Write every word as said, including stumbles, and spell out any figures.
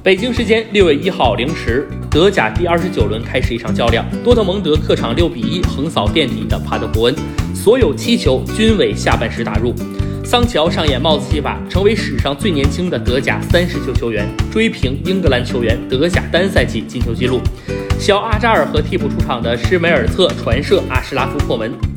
北京时间六月一号零时，德甲第二十九轮开始一场较量，多特蒙德客场六比一横扫垫底的帕德伯恩，所有七球均为下半时打入。桑乔上演帽子戏法，成为史上最年轻的德甲三十球球员，追平英格兰球员德甲单赛季进球纪录。小阿扎尔和替补出场的施梅尔策传射阿什拉夫破门，